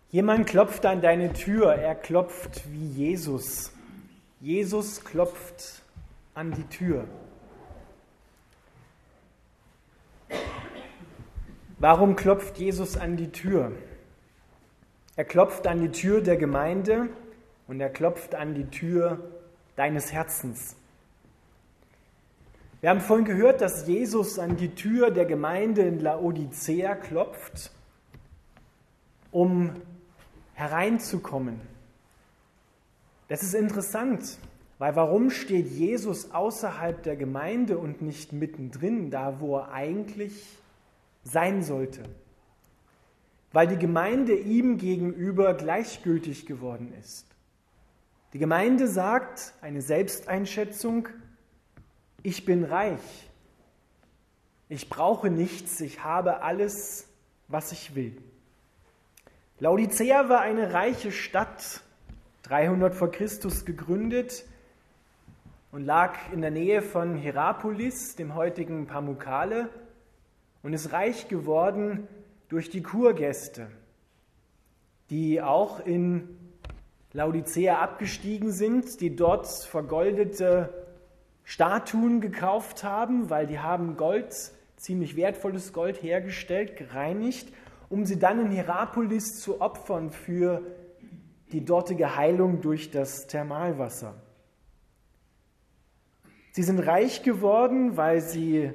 Jemand klopft an deine Tür, er klopft wie Jesus. Jesus klopft an die Tür. Warum klopft Jesus an die Tür? Er klopft an die Tür der Gemeinde und er klopft an die Tür deines Herzens. Wir haben vorhin gehört, dass Jesus an die Tür der Gemeinde in Laodicea klopft, um hereinzukommen. Das ist interessant, weil warum steht Jesus außerhalb der Gemeinde und nicht mittendrin, da wo er eigentlich sein sollte? Weil die Gemeinde ihm gegenüber gleichgültig geworden ist. Die Gemeinde sagt, eine Selbsteinschätzung, ich bin reich, ich brauche nichts, ich habe alles, was ich will. Laodicea war eine reiche Stadt, 300 vor Christus gegründet und lag in der Nähe von Hierapolis, dem heutigen Pamukkale, und ist reich geworden durch die Kurgäste, die auch in Laodicea abgestiegen sind, die dort vergoldete Statuen gekauft haben, weil die haben Gold, ziemlich wertvolles Gold hergestellt, gereinigt, um sie dann in Hierapolis zu opfern für die dortige Heilung durch das Thermalwasser. Sie sind reich geworden, weil sie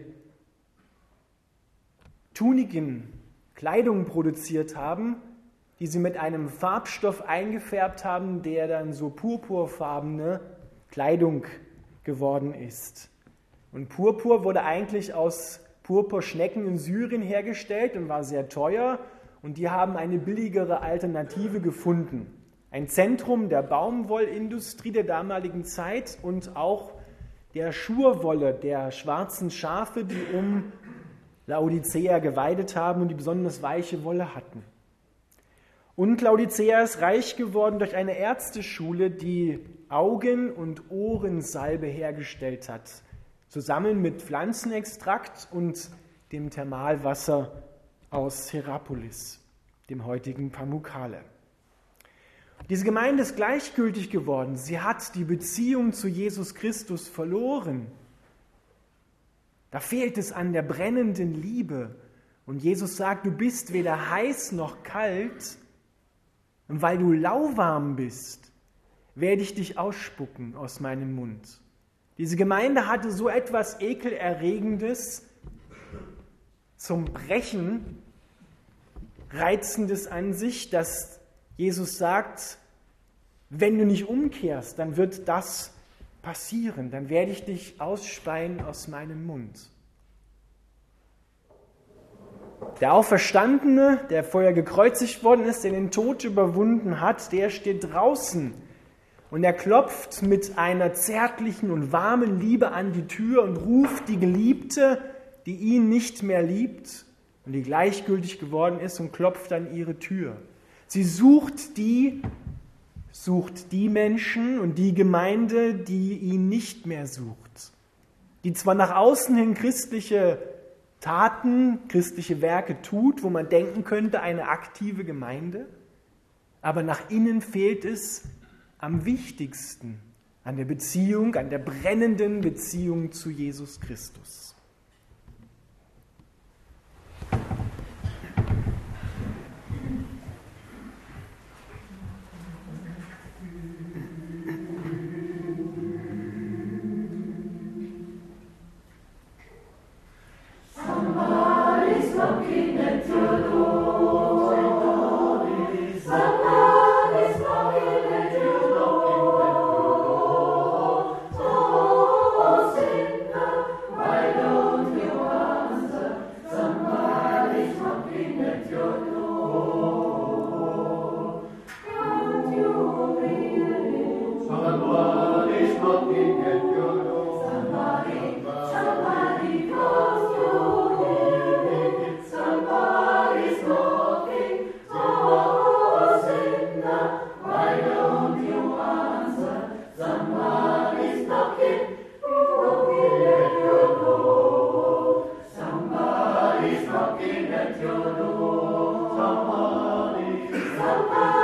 Tuniken, Kleidung produziert haben, die sie mit einem Farbstoff eingefärbt haben, der dann so purpurfarbene Kleidung geworden ist. Und Purpur wurde eigentlich aus Purpurschnecken in Syrien hergestellt und war sehr teuer. Und die haben eine billigere Alternative gefunden. Ein Zentrum der Baumwollindustrie der damaligen Zeit und auch der Schurwolle, der schwarzen Schafe, die um Laodicea geweidet haben und die besonders weiche Wolle hatten. Und Laodicea ist reich geworden durch eine Ärzteschule, die Augen- und Ohrensalbe hergestellt hat, zusammen mit Pflanzenextrakt und dem Thermalwasser aus Hierapolis, dem heutigen Pamukkale. Diese Gemeinde ist gleichgültig geworden. Sie hat die Beziehung zu Jesus Christus verloren. Da fehlt es an der brennenden Liebe. Und Jesus sagt, du bist weder heiß noch kalt. Und weil du lauwarm bist, werde ich dich ausspucken aus meinem Mund. Diese Gemeinde hatte so etwas Ekelerregendes, zum Brechen Reizendes an sich, dass Jesus sagt, wenn du nicht umkehrst, dann wird das passieren, dann werde ich dich ausspeien aus meinem Mund. Der Auferstandene, der vorher gekreuzigt worden ist, der den Tod überwunden hat, der steht draußen und er klopft mit einer zärtlichen und warmen Liebe an die Tür und ruft die Geliebte, die ihn nicht mehr liebt und die gleichgültig geworden ist, und klopft an ihre Tür. Sie sucht die Menschen und die Gemeinde, die ihn nicht mehr sucht, die zwar nach außen hin christliche Taten, christliche Werke tut, wo man denken könnte, eine aktive Gemeinde, aber nach innen fehlt es am wichtigsten, an der Beziehung, an der brennenden Beziehung zu Jesus Christus. Somebody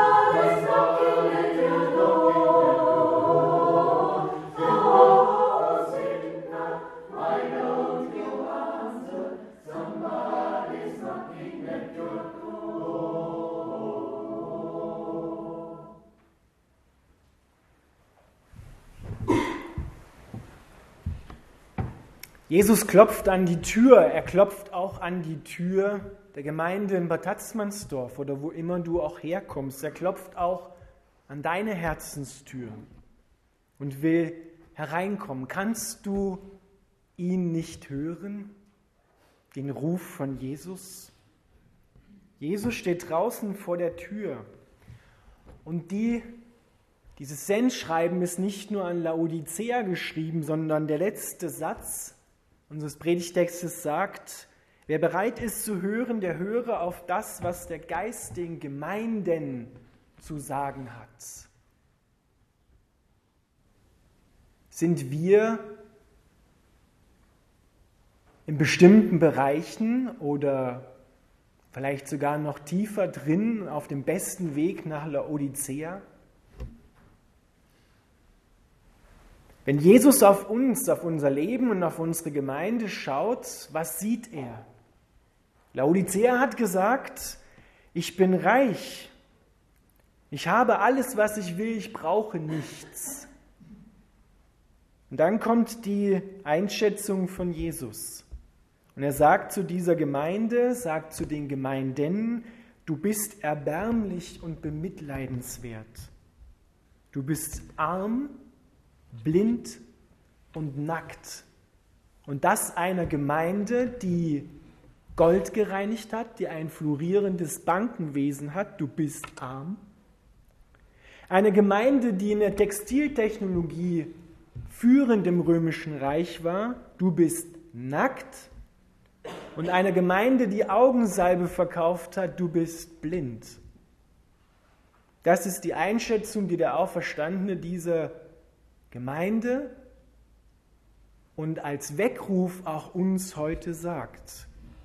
Jesus klopft an die Tür, er klopft auch an die Tür der Gemeinde in Bad Tatzmannsdorf oder wo immer du auch herkommst. Er klopft auch an deine Herzenstür und will hereinkommen. Kannst du ihn nicht hören, den Ruf von Jesus? Jesus steht draußen vor der Tür und dieses Sendschreiben ist nicht nur an Laodicea geschrieben, sondern der letzte Satz unseres Predigtextes sagt: Wer bereit ist zu hören, der höre auf das, was der Geist den Gemeinden zu sagen hat. Sind wir in bestimmten Bereichen oder vielleicht sogar noch tiefer drin auf dem besten Weg nach Laodicea? Wenn Jesus auf uns, auf unser Leben und auf unsere Gemeinde schaut, was sieht er? Laodicea hat gesagt: Ich bin reich, ich habe alles, was ich will, ich brauche nichts. Und dann kommt die Einschätzung von Jesus. Und er sagt zu dieser Gemeinde, sagt zu den Gemeinden: Du bist erbärmlich und bemitleidenswert. Du bist arm, blind und nackt. Und das einer Gemeinde, die Gold gereinigt hat, die ein florierendes Bankenwesen hat. Du bist arm. Eine Gemeinde, die in der Textiltechnologie führend im Römischen Reich war. Du bist nackt. Und eine Gemeinde, die Augensalbe verkauft hat. Du bist blind. Das ist die Einschätzung, die der Auferstandene dieser Gemeinde und als Weckruf auch uns heute sagt.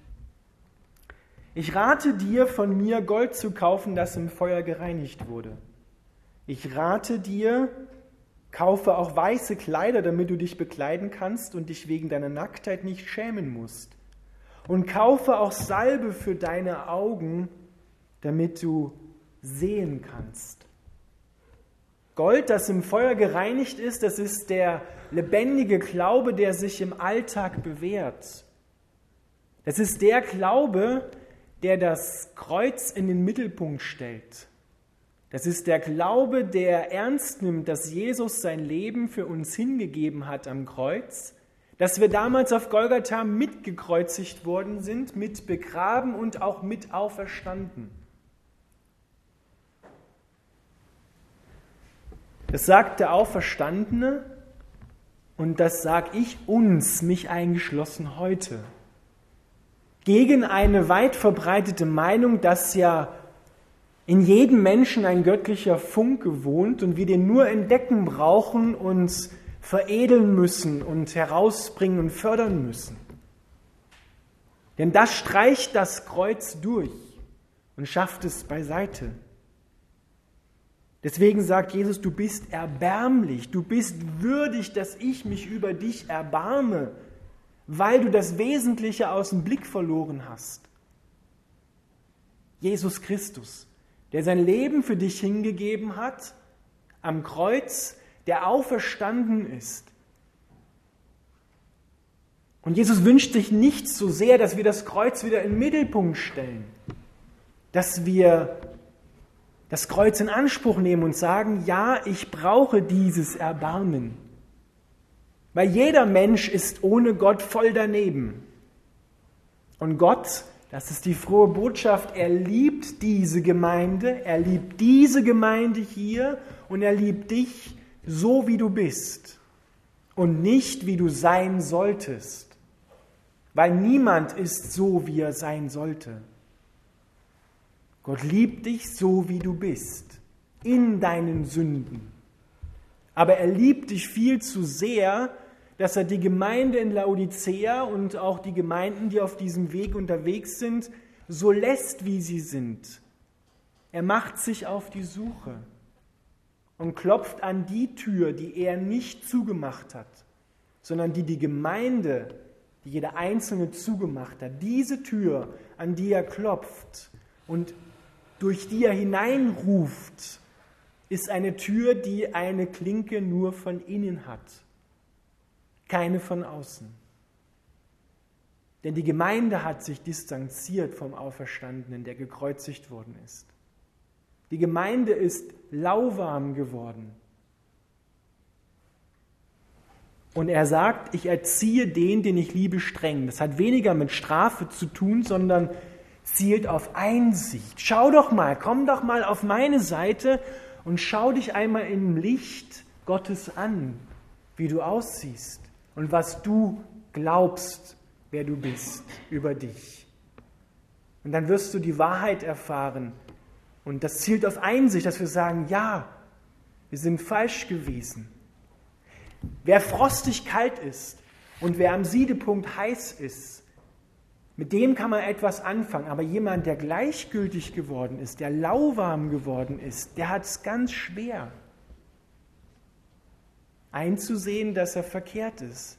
Ich rate dir, von mir Gold zu kaufen, das im Feuer gereinigt wurde. Ich rate dir, kaufe auch weiße Kleider, damit du dich bekleiden kannst und dich wegen deiner Nacktheit nicht schämen musst. Und kaufe auch Salbe für deine Augen, damit du sehen kannst. Gold, das im Feuer gereinigt ist, das ist der lebendige Glaube, der sich im Alltag bewährt. Das ist der Glaube, der das Kreuz in den Mittelpunkt stellt. Das ist der Glaube, der ernst nimmt, dass Jesus sein Leben für uns hingegeben hat am Kreuz, dass wir damals auf Golgatha mitgekreuzigt worden sind, mit begraben und auch mit auferstanden. Das sagt der Auferstandene und das sage ich uns, mich eingeschlossen, heute. Gegen eine weit verbreitete Meinung, dass ja in jedem Menschen ein göttlicher Funke wohnt und wir den nur entdecken brauchen, uns veredeln müssen und herausbringen und fördern müssen. Denn das streicht das Kreuz durch und schafft es beiseite. Deswegen sagt Jesus, du bist erbärmlich, du bist würdig, dass ich mich über dich erbarme, weil du das Wesentliche aus dem Blick verloren hast. Jesus Christus, der sein Leben für dich hingegeben hat, am Kreuz, der auferstanden ist. Und Jesus wünscht sich nichts so sehr, dass wir das Kreuz wieder in den Mittelpunkt stellen, dass wir das Kreuz in Anspruch nehmen und sagen, ja, ich brauche dieses Erbarmen. Weil jeder Mensch ist ohne Gott voll daneben. Und Gott, das ist die frohe Botschaft, er liebt diese Gemeinde hier und er liebt dich so, wie du bist und nicht, wie du sein solltest. Weil niemand ist so, wie er sein sollte. Gott liebt dich so, wie du bist, in deinen Sünden. Aber er liebt dich viel zu sehr, dass er die Gemeinde in Laodicea und auch die Gemeinden, die auf diesem Weg unterwegs sind, so lässt, wie sie sind. Er macht sich auf die Suche und klopft an die Tür, die er nicht zugemacht hat, sondern die Gemeinde, die jeder Einzelne zugemacht hat. Diese Tür, an die er klopft und durch die er hineinruft, ist eine Tür, die eine Klinke nur von innen hat, keine von außen. Denn die Gemeinde hat sich distanziert vom Auferstandenen, der gekreuzigt worden ist. Die Gemeinde ist lauwarm geworden. Und er sagt, ich erziehe den ich liebe, streng. Das hat weniger mit Strafe zu tun, sondern zielt auf Einsicht. Schau doch mal, komm doch mal auf meine Seite und schau dich einmal im Licht Gottes an, wie du aussiehst und was du glaubst, wer du bist, über dich. Und dann wirst du die Wahrheit erfahren. Und das zielt auf Einsicht, dass wir sagen, ja, wir sind falsch gewesen. Wer frostig kalt ist und wer am Siedepunkt heiß ist, mit dem kann man etwas anfangen. Aber jemand, der gleichgültig geworden ist, der lauwarm geworden ist, der hat es ganz schwer, einzusehen, dass er verkehrt ist.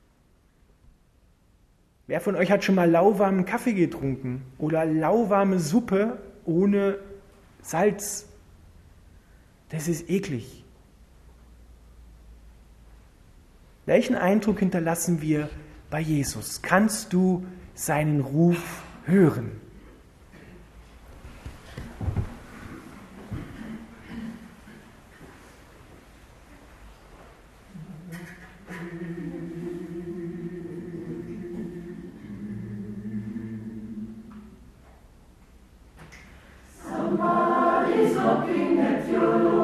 Wer von euch hat schon mal lauwarmen Kaffee getrunken oder lauwarme Suppe ohne Salz? Das ist eklig. Welchen Eindruck hinterlassen wir bei Jesus? Kannst du seinen Ruf hören? Somebody's looking at you.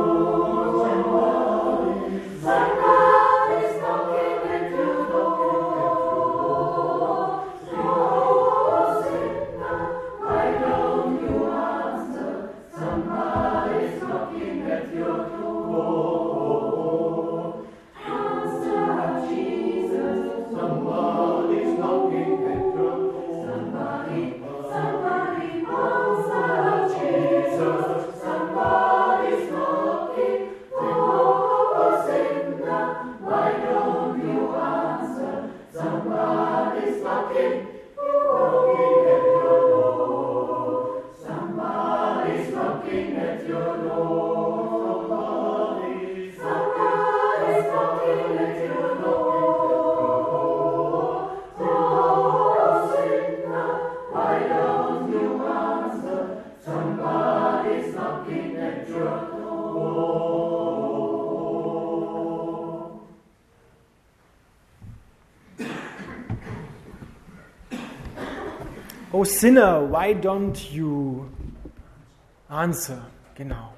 Oh sinner, why don't you answer? Genau.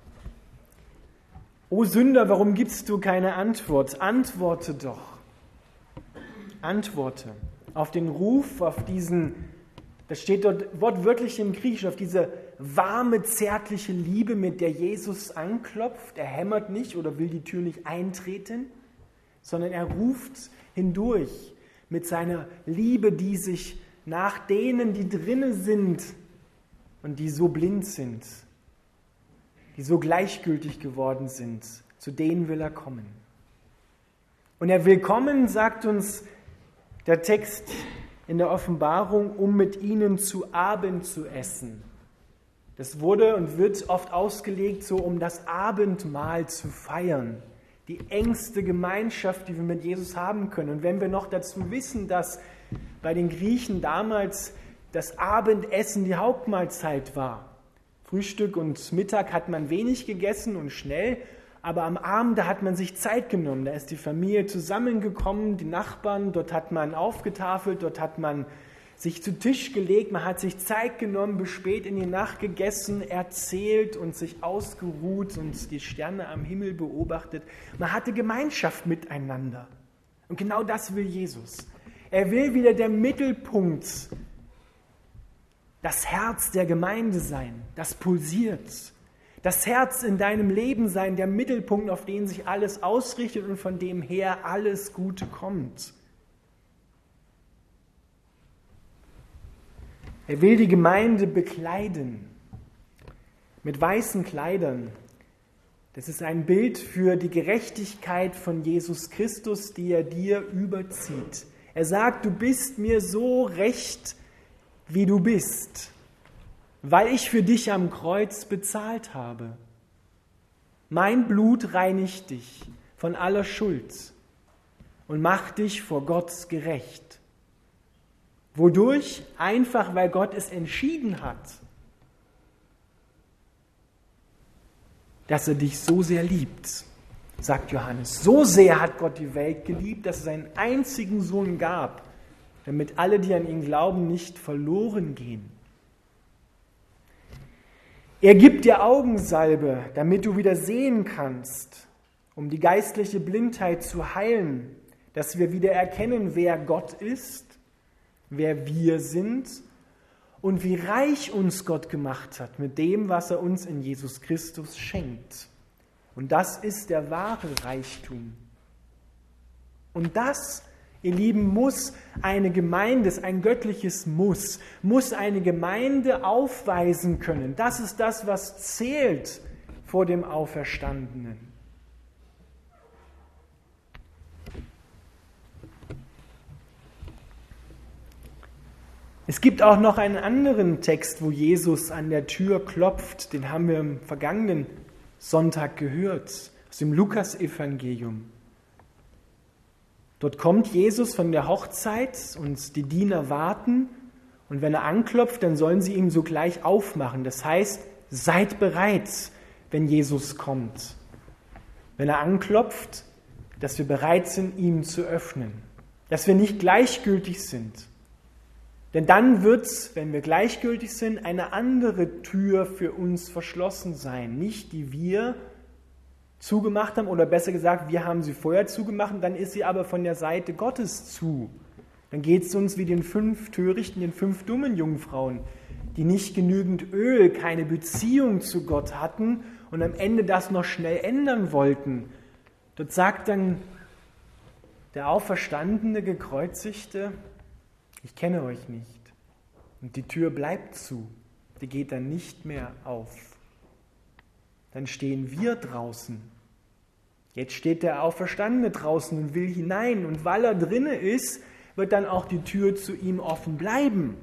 Oh Sünder, warum gibst du keine Antwort? Antworte doch. Antworte auf den Ruf, auf diesen, das steht dort wortwörtlich im Griechischen, auf diese warme, zärtliche Liebe, mit der Jesus anklopft. Er hämmert nicht oder will die Tür nicht eintreten, sondern er ruft hindurch mit seiner Liebe, die sich nach denen, die drinne sind und die so blind sind, die so gleichgültig geworden sind, zu denen will er kommen. Und er will kommen, sagt uns der Text in der Offenbarung, um mit ihnen zu Abend zu essen. Das wurde und wird oft ausgelegt, so um das Abendmahl zu feiern. Die engste Gemeinschaft, die wir mit Jesus haben können. Und wenn wir noch dazu wissen, dass bei den Griechen damals das Abendessen die Hauptmahlzeit war. Frühstück und Mittag hat man wenig gegessen und schnell, aber am Abend, da hat man sich Zeit genommen. Da ist die Familie zusammengekommen, die Nachbarn, dort hat man aufgetafelt, dort hat man sich zu Tisch gelegt, man hat sich Zeit genommen, bis spät in die Nacht gegessen, erzählt und sich ausgeruht und die Sterne am Himmel beobachtet. Man hatte Gemeinschaft miteinander. Und genau das will Jesus. Er will wieder der Mittelpunkt, das Herz der Gemeinde sein, das pulsiert. Das Herz in deinem Leben sein, der Mittelpunkt, auf den sich alles ausrichtet und von dem her alles Gute kommt. Er will die Gemeinde bekleiden mit weißen Kleidern. Das ist ein Bild für die Gerechtigkeit von Jesus Christus, die er dir überzieht. Er sagt, du bist mir so recht, wie du bist, weil ich für dich am Kreuz bezahlt habe. Mein Blut reinigt dich von aller Schuld und macht dich vor Gott gerecht. Wodurch? Einfach, weil Gott es entschieden hat, dass er dich so sehr liebt, sagt Johannes. So sehr hat Gott die Welt geliebt, dass es seinen einzigen Sohn gab, damit alle, die an ihn glauben, nicht verloren gehen. Er gibt dir Augensalbe, damit du wieder sehen kannst, um die geistliche Blindheit zu heilen, dass wir wieder erkennen, wer Gott ist, wer wir sind und wie reich uns Gott gemacht hat mit dem, was er uns in Jesus Christus schenkt. Und das ist der wahre Reichtum. Und das, ihr Lieben, muss eine Gemeinde, ist ein göttliches muss eine Gemeinde aufweisen können. Das ist das, was zählt vor dem Auferstandenen. Es gibt auch noch einen anderen Text, wo Jesus an der Tür klopft. Den haben wir im vergangenen Sonntag gehört, aus dem Lukas-Evangelium. Dort kommt Jesus von der Hochzeit und die Diener warten. Und wenn er anklopft, dann sollen sie ihm sogleich aufmachen. Das heißt, seid bereit, wenn Jesus kommt. Wenn er anklopft, dass wir bereit sind, ihm zu öffnen. Dass wir nicht gleichgültig sind. Denn dann wird, wenn wir gleichgültig sind, eine andere Tür für uns verschlossen sein. Nicht die wir zugemacht haben, oder besser gesagt, wir haben sie vorher zugemacht, dann ist sie aber von der Seite Gottes zu. Dann geht es uns wie den 5 Törichten, den 5 dummen Jungfrauen, die nicht genügend Öl, keine Beziehung zu Gott hatten und am Ende das noch schnell ändern wollten. Dort sagt dann der auferstandene, gekreuzigte: Ich kenne euch nicht. Und die Tür bleibt zu. Die geht dann nicht mehr auf. Dann stehen wir draußen. Jetzt steht der Auferstandene draußen und will hinein. Und weil er drinne ist, wird dann auch die Tür zu ihm offen bleiben.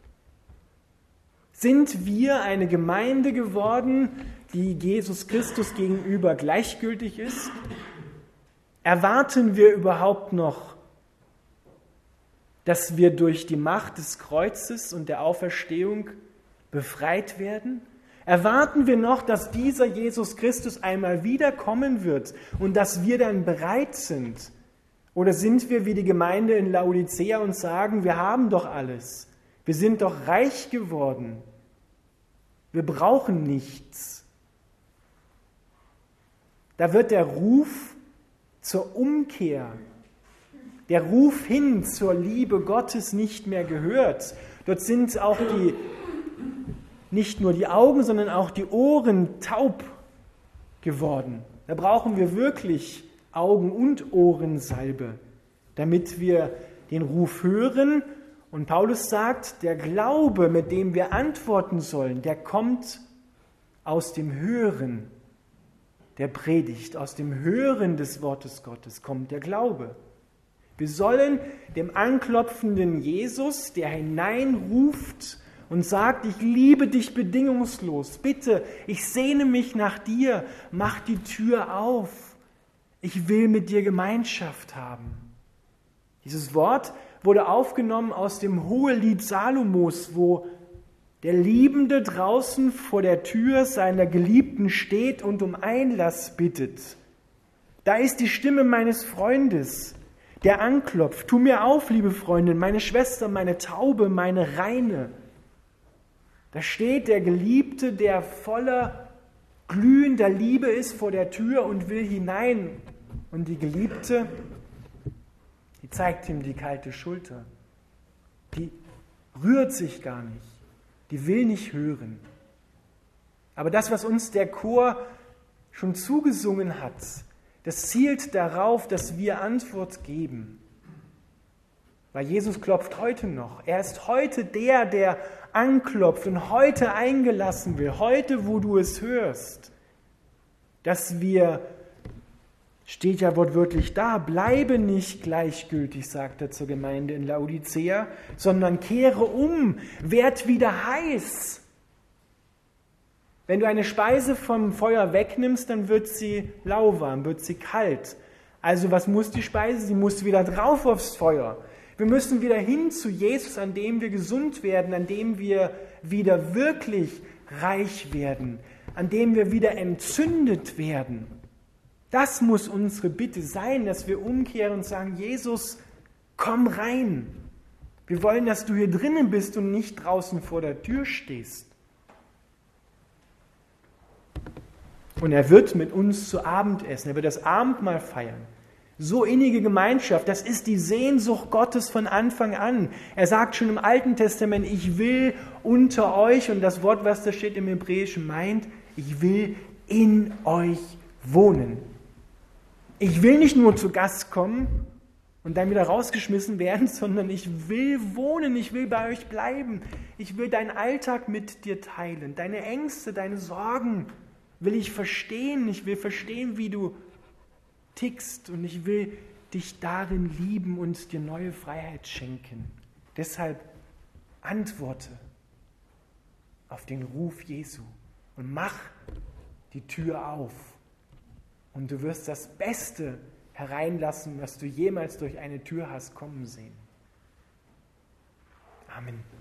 Sind wir eine Gemeinde geworden, die Jesus Christus gegenüber gleichgültig ist? Erwarten wir überhaupt noch, dass wir durch die Macht des Kreuzes und der Auferstehung befreit werden? Erwarten wir noch, dass dieser Jesus Christus einmal wiederkommen wird und dass wir dann bereit sind? Oder sind wir wie die Gemeinde in Laodicea und sagen, wir haben doch alles, wir sind doch reich geworden, wir brauchen nichts? Da wird der Ruf zur Umkehr, der Ruf hin zur Liebe Gottes nicht mehr gehört. Dort sind auch nicht nur die Augen, sondern auch die Ohren taub geworden. Da brauchen wir wirklich Augen- und Ohrensalbe, damit wir den Ruf hören. Und Paulus sagt, der Glaube, mit dem wir antworten sollen, der kommt aus dem Hören der Predigt, aus dem Hören des Wortes Gottes kommt der Glaube. Wir sollen dem anklopfenden Jesus, der hineinruft und sagt, ich liebe dich bedingungslos, bitte, ich sehne mich nach dir, mach die Tür auf, ich will mit dir Gemeinschaft haben. Dieses Wort wurde aufgenommen aus dem Hohelied Salomos, wo der Liebende draußen vor der Tür seiner Geliebten steht und um Einlass bittet. Da ist die Stimme meines Freundes, der anklopft. Tu mir auf, liebe Freundin, meine Schwester, meine Taube, meine Reine. Da steht der Geliebte, der voller glühender Liebe ist vor der Tür und will hinein. Und die Geliebte, die zeigt ihm die kalte Schulter. Die rührt sich gar nicht. Die will nicht hören. Aber das, was uns der Chor schon zugesungen hat, das zielt darauf, dass wir Antwort geben. Weil Jesus klopft heute noch. Er ist heute der anklopft und heute eingelassen will. Heute, wo du es hörst. Dass wir, steht ja wortwörtlich da, bleibe nicht gleichgültig, sagt er zur Gemeinde in Laodicea, sondern kehre um, werd wieder heiß. Wenn du eine Speise vom Feuer wegnimmst, dann wird sie lauwarm, wird sie kalt. Also was muss die Speise? Sie muss wieder drauf aufs Feuer. Wir müssen wieder hin zu Jesus, an dem wir gesund werden, an dem wir wieder wirklich reich werden, an dem wir wieder entzündet werden. Das muss unsere Bitte sein, dass wir umkehren und sagen, Jesus, komm rein. Wir wollen, dass du hier drinnen bist und nicht draußen vor der Tür stehst. Und er wird mit uns zu Abend essen, er wird das Abendmahl feiern. So innige Gemeinschaft, das ist die Sehnsucht Gottes von Anfang an. Er sagt schon im Alten Testament, ich will unter euch, und das Wort, was da steht im Hebräischen, meint, ich will in euch wohnen. Ich will nicht nur zu Gast kommen und dann wieder rausgeschmissen werden, sondern ich will wohnen, ich will bei euch bleiben. Ich will deinen Alltag mit dir teilen, deine Ängste, deine Sorgen will ich verstehen. Ich will verstehen, wie du tickst, und ich will dich darin lieben und dir neue Freiheit schenken. Deshalb antworte auf den Ruf Jesu und mach die Tür auf. Und du wirst das Beste hereinlassen, was du jemals durch eine Tür hast kommen sehen. Amen.